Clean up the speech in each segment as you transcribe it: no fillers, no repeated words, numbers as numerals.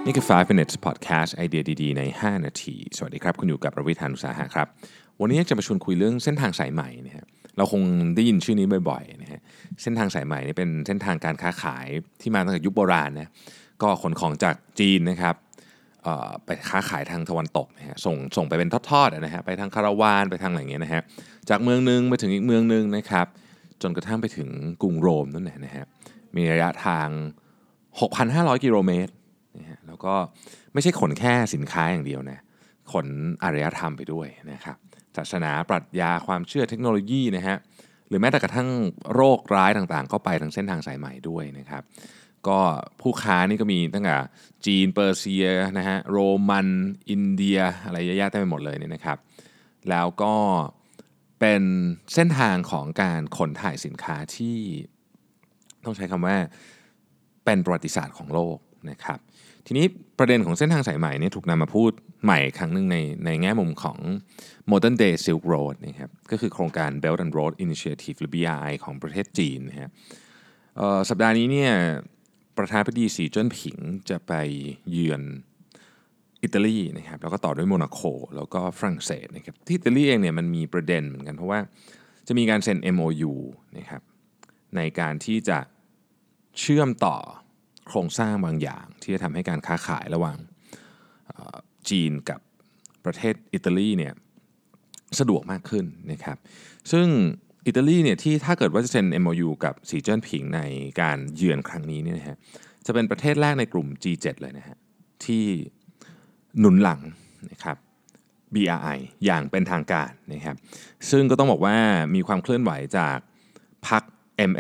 นี่คือ5 minutes podcast ไอเดียดีๆใน5นาทีสวัสดีครับคุณอยู่กับประวิทย์ หาญอุตสาหะครับวันนี้จะมาชวนคุยเรื่องเส้นทางสายใหม่นะฮะเราคงได้ยินชื่อนี้บ่อยๆนะฮะเส้นทางสายใหม่นี่เป็นเส้นทางการค้าขายที่มาตั้งแต่ยุคโบราณนะก็ขนของจากจีนนะครับไปค้าขายทางตะวันตกนะฮะส่งไปเป็นทอดๆนะฮะไปทางคาราวานไปทางอะไรอย่างเงี้ยนะฮะจากเมืองนึงไปถึงอีกเมืองนึงนะครับจนกระทั่งไปถึงกรุงโรมนั่นแหละนะฮะมีระยะทาง 6,500 กิโลเมตรนะฮะแล้วก็ไม่ใช่ขนแค่สินค้าอย่างเดียวนะขนอารยธรรมไปด้วยนะครับศาสนาปรัชญาความเชื่อเทคโนโลยีนะฮะหรือแม้แต่กระทั่งโรคร้ายต่างๆก็ไปทางเส้นทางสายใหม่ด้วยนะครับก็ผู้ค้านี่ก็มีตั้งแต่จีนเปอร์เซียนะฮะโรมันอินเดียอะไรเยอะแยะเต็มไปหมดเลยเนี่ยนะครับแล้วก็เป็นเส้นทางของการขนถ่ายสินค้าที่ต้องใช้คำว่าเป็นประวัติศาสตร์ของโลกนะครับทีนี้ประเด็นของเส้นทางสายใหม่นี่ถูกนำมาพูดใหม่ครั้งหนึ่งในแง่มุมของ Modern Day Silk Road นะครับก็คือโครงการ Belt and Road Initiative หรือ BRI ของประเทศจีนนะฮะสัปดาห์นี้เนี่ยประธานาธิบดีสีจิ้นผิงจะไปเยือนอิตาลีนะครับแล้วก็ต่อด้วยโมนาโกแล้วก็ฝรั่งเศสนะครับที่อิตาลีเองเนี่ยมันมีประเด็นเหมือนกันเพราะว่าจะมีการเซ็น MOU นะครับในการที่จะเชื่อมต่อโครงสร้างบางอย่างที่จะทำให้การค้าขายระหว่างจีนกับประเทศอิตาลีเนี่ยสะดวกมากขึ้นนะครับซึ่งอิตาลีเนี่ยที่ถ้าเกิดว่าจะเซ็น MOU กับสีจิ้นผิงในการเยือนครั้งนี้เนี่ยนะฮะจะเป็นประเทศแรกในกลุ่ม G7 เลยนะฮะที่หนุนหลังนะครับ BRI อย่างเป็นทางการนะครับซึ่งก็ต้องบอกว่ามีความเคลื่อนไหวจากพรรค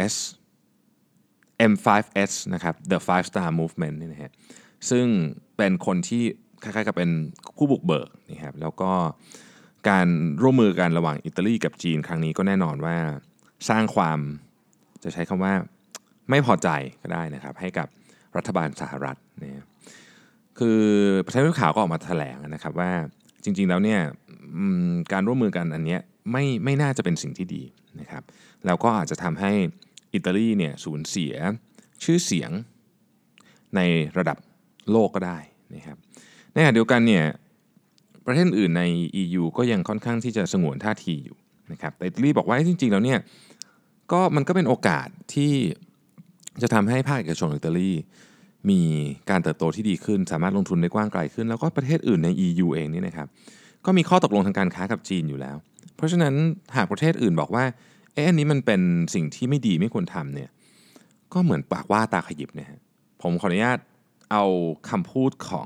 M5S นะครับ The Five Star Movement นี่นะฮะซึ่งเป็นคนที่คล้ายๆกับเป็นผู้บุกเบิกนะครับแล้วก็การร่วมมือกันระหว่างอิตาลีกับจีนครั้งนี้ก็แน่นอนว่าสร้างความจะใช้คำว่าไม่พอใจก็ได้นะครับให้กับรัฐบาลสหรัฐนะคือประธานาธิบดีขาวก็ออกมาแถลงนะครับว่าจริงๆแล้วเนี่ยการร่วมมือกันอันเนี้ยไม่น่าจะเป็นสิ่งที่ดีนะครับแล้วก็อาจจะทำให้อิตาลีเนี่ยสูญเสียชื่อเสียงในระดับโลกก็ได้นะครับในขณะเดียวกันเนี่ยประเทศอื่นใน EU ก็ยังค่อนข้างที่จะสงวนท่าทีอยู่นะครับแต่อิตาลีบอกว่าจริงๆแล้วเนี่ยมันก็เป็นโอกาสที่จะทำให้ภาคเอกชนอิตาลีมีการเติบโตที่ดีขึ้นสามารถลงทุนได้กว้างไกลขึ้นแล้วก็ประเทศอื่นใน EU เองนี่นะครับก็มีข้อตกลงทางการค้ากับจีนอยู่แล้วเพราะฉะนั้นหากประเทศอื่นบอกว่าอันนี้มันเป็นสิ่งที่ไม่ดีไม่ควรทำเนี่ยก็เหมือนปากว่าตาขยิบนะฮะผมขออนุญาตเอาคำพูดของ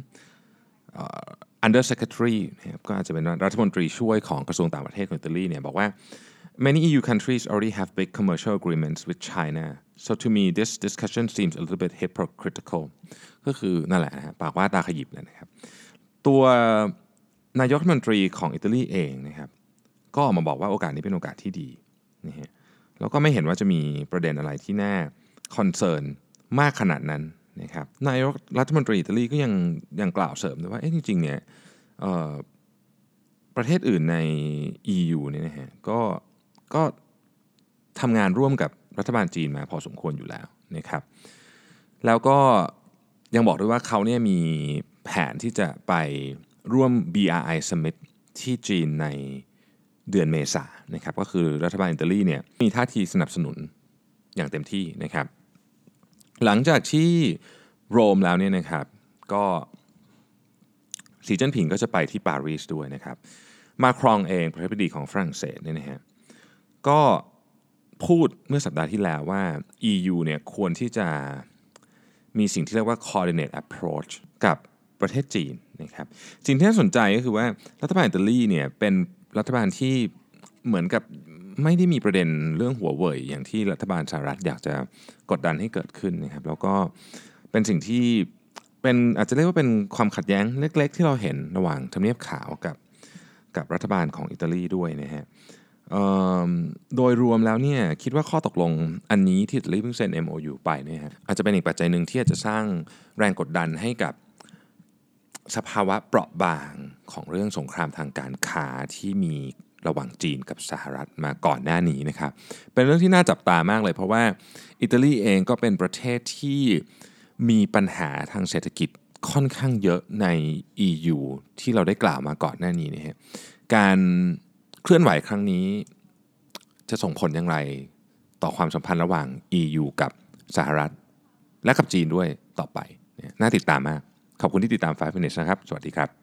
Under Secretary นะครับก็อาจจะเป็นรัฐมนตรีช่วยของกระทรวงต่างประเทศของอิตาลีเนี่ยบอกว่า many EU countries already have big commercial agreements with China so to me this discussion seems a little bit hypocritical ก็คือนั่นแหละนะปากว่าตาขยิบเลยนะครับตัวนายกรัฐมนตรีของอิตาลีเองนะครับก็ออกมาบอกว่าโอกาสนี้เป็นโอกาสที่ดีนะฮะแล้วก็ไม่เห็นว่าจะมีประเด็นอะไรที่น่าคอนเซิร์นมากขนาดนั้นนะครับนายกรัฐมนตรีอิตาลีก็ยังกล่าวเสริมด้วยว่าจริงๆเนี่ยประเทศอื่นใน EU เนี่ยนะฮะก็ทำงานร่วมกับรัฐบาลจีนมาพอสมควรอยู่แล้วนะครับแล้วก็ยังบอกด้วยว่าเขาเนี่ยมีแผนที่จะไปร่วม BRI Summit ที่จีนในเดือนเมษายนนะครับก็คือรัฐบาลอิตาลีเนี่ยมีท่าทีสนับสนุนอย่างเต็มที่นะครับหลังจากที่โรมแล้วเนี่ยนะครับก็สีจิ้นผิงก็จะไปที่ปารีสด้วยนะครับมาครองเองประธานาธิบดีของฝรั่งเศสเนี่ยนะฮะก็พูดเมื่อสัปดาห์ที่แล้วว่า EU เนี่ยควรที่จะมีสิ่งที่เรียกว่า coordinate approach กับประเทศจีนนะครับสิ่งที่น่าสนใจก็คือว่ารัฐบาลอิตาลีเนี่ยเป็นรัฐบาลที่เหมือนกับไม่ได้มีประเด็นเรื่องหัวเว่ยอย่างที่รัฐบาลสหรัฐอยากจะกดดันให้เกิดขึ้นนะครับแล้วก็เป็นสิ่งที่เป็นอาจจะเรียกว่าเป็นความขัดแย้งเล็กๆที่เราเห็นระหว่างทำเนียบขาวกับรัฐบาลของอิตาลีด้วยนะฮะโดยรวมแล้วเนี่ยคิดว่าข้อตกลงอันนี้ที่อิตาลีเพิ่งเซ็น MOU ไปเนี่ยฮะอาจจะเป็นอีกปัจจัยหนึ่งที่อาจจะสร้างแรงกดดันให้กับสภาวะเปราะบางของเรื่องสงครามทางการค้าที่มีระหว่างจีนกับสหรัฐมาก่อนหน้านี้นะครับเป็นเรื่องที่น่าจับตามากเลยเพราะว่าอิตาลีเองก็เป็นประเทศที่มีปัญหาทางเศรษฐกิจค่อนข้างเยอะใน EU ที่เราได้กล่าวมาก่อนหน้านี้นะฮะการเคลื่อนไหวครั้งนี้จะส่งผลอย่างไรต่อความสัมพันธ์ระหว่าง EU กับสหรัฐและกับจีนด้วยต่อไปน่าติดตามมากขอบคุณที่ติดตาม5 minutes นะครับสวัสดีครับ